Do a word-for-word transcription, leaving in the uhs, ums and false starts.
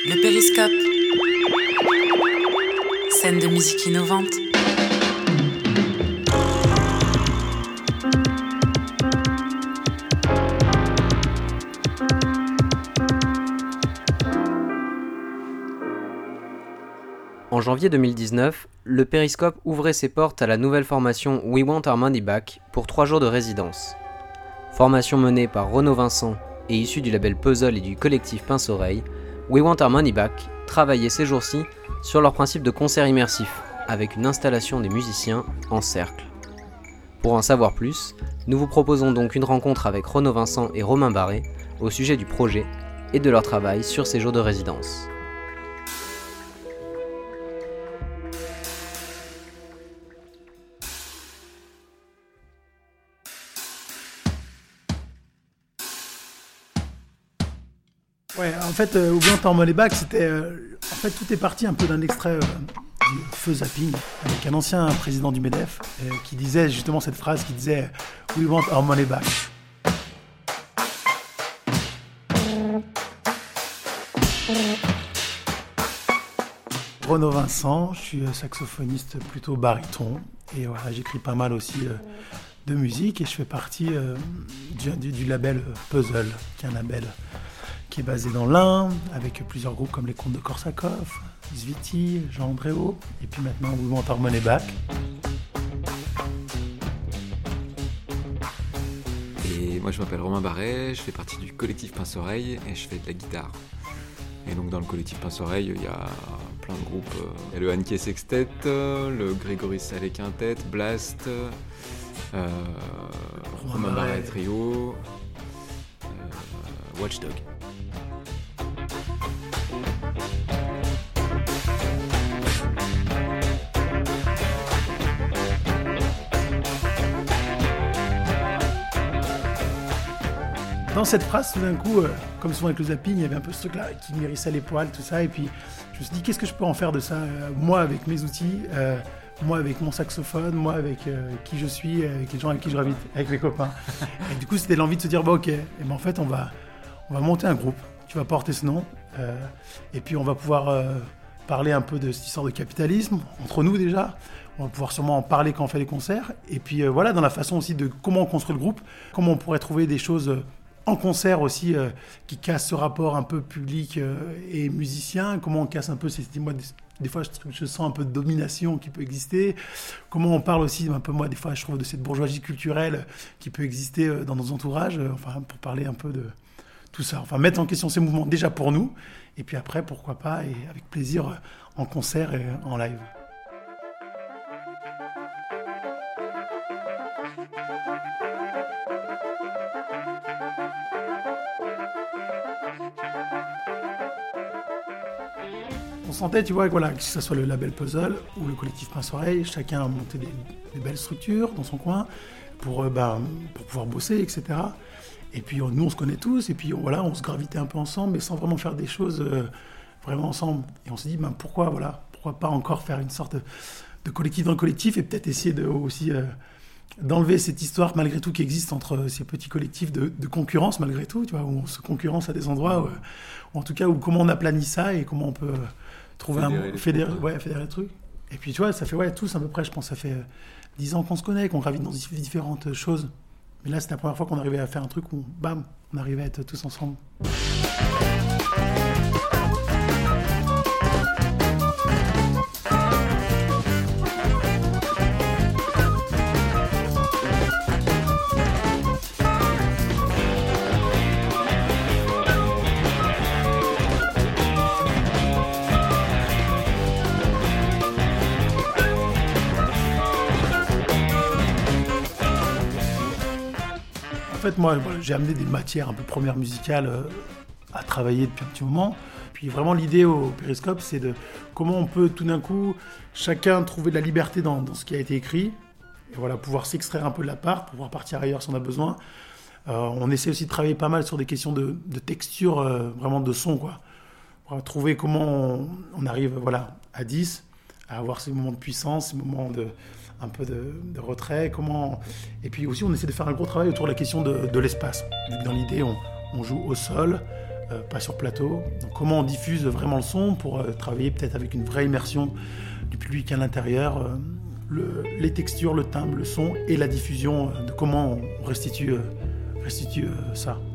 Le Périscope. Scène de musique innovante. En janvier deux mille dix-neuf, le Périscope ouvrait ses portes à la nouvelle formation We Want Our Money Back pour trois jours de résidence. Formation menée par Renaud Vincent et issue du label Puzzle et du collectif Pince-Oreille, We Want Our Money Back travaillait ces jours-ci sur leur principe de concert immersif, avec une installation des musiciens en cercle. Pour en savoir plus, nous vous proposons donc une rencontre avec Renaud Vincent et Romain Barré au sujet du projet et de leur travail sur ces jours de résidence. Ouais, en fait, euh, We Want Our Money Back, c'était, euh, en fait, tout est parti un peu d'un extrait euh, du Feu Zapping, avec un ancien président du MEDEF, euh, qui disait justement cette phrase, qui disait « We want our money back ». Renaud Vincent, je suis saxophoniste plutôt baryton, et voilà, j'écris pas mal aussi euh, de musique, et je fais partie euh, du, du, du label Puzzle, qui est un label qui est basé dans l'Ain, avec plusieurs groupes comme les Contes de Korsakov, Sviti, Jean Andréo, et puis maintenant We Want Our Money Back. Et moi je m'appelle Romain Barré, je fais partie du collectif Pince-Oreille et je fais de la guitare. Et donc dans le collectif Pince-Oreille, il y a plein de groupes. Il y a le Anke Sextet, le Grégory Salé Quintet, Blast, euh, Romain Barré Trio, euh, Watchdog. Dans cette phrase, tout d'un coup, euh, comme souvent avec le zapping, il y avait un peu ce truc-là qui m'hérissait les poils, tout ça. Et puis, je me suis dit, qu'est-ce que je peux en faire de ça euh, moi, avec mes outils, euh, moi, avec mon saxophone, moi, avec euh, qui je suis, avec les gens avec qui je gravite, avec mes copains. Et du coup, c'était l'envie de se dire, bah, ok, et ben, en fait, on va, on va monter un groupe qui va porter ce nom. Euh, et puis, on va pouvoir euh, parler un peu de cette histoire de capitalisme, entre nous déjà. On va pouvoir sûrement en parler quand on fait les concerts. Et puis, euh, voilà, dans la façon aussi de comment on construit le groupe, comment on pourrait trouver des choses... Euh, en concert aussi, euh, qui casse ce rapport un peu public euh, et musicien, comment on casse un peu, ces, moi, des, des fois je, je sens un peu de domination qui peut exister, comment on parle aussi un peu, moi des fois je trouve de cette bourgeoisie culturelle qui peut exister euh, dans nos entourages, euh, enfin pour parler un peu de tout ça, enfin mettre en question ces mouvements déjà pour nous, et puis après pourquoi pas, et avec plaisir euh, en concert et en live. On sentait, tu vois, que, voilà, que ce soit le label Puzzle ou le collectif Pince-Oreille, chacun a monté des, des belles structures dans son coin pour, euh, bah, pour pouvoir bosser, et cetera. Et puis nous, on se connaît tous, et puis voilà, on se gravitait un peu ensemble, mais sans vraiment faire des choses euh, vraiment ensemble. Et on s'est dit, bah, pourquoi, voilà, pourquoi pas encore faire une sorte de, de collectif dans le collectif, et peut-être essayer de, aussi euh, d'enlever cette histoire, malgré tout, qui existe entre ces petits collectifs de, de concurrence, malgré tout, tu vois, où on se concurrence à des endroits, où, ou en tout cas, où comment on aplanit ça, et comment on peut... Euh, trouver fédérer un fédérer, ouais, fédérer le truc. Et puis tu vois, ça fait ouais, tous à peu près, je pense, ça fait dix ans qu'on se connaît, qu'on gravite dans différentes choses. Mais là, c'était la première fois qu'on arrivait à faire un truc où, bam, on arrivait à être tous ensemble. En fait, moi, j'ai amené des matières un peu premières musicales euh, à travailler depuis un petit moment. Puis vraiment, l'idée au Périscope, c'est de comment on peut tout d'un coup, chacun trouver de la liberté dans, dans ce qui a été écrit. Et voilà, pouvoir s'extraire un peu de la part, pouvoir partir ailleurs si on a besoin. Euh, on essaie aussi de travailler pas mal sur des questions de, de texture, euh, vraiment de son, quoi. Pour trouver comment on, on arrive voilà, à dix, à avoir ces moments de puissance, ces moments de... un peu de, de retrait, comment... Et puis aussi, on essaie de faire un gros travail autour de la question de, de l'espace. Vu que dans l'idée, on, on joue au sol, euh, pas sur plateau. Donc, comment on diffuse vraiment le son pour euh, travailler peut-être avec une vraie immersion du public à l'intérieur, euh, le, les textures, le timbre, le son et la diffusion, euh, de comment on restitue, euh, restitue euh, ça.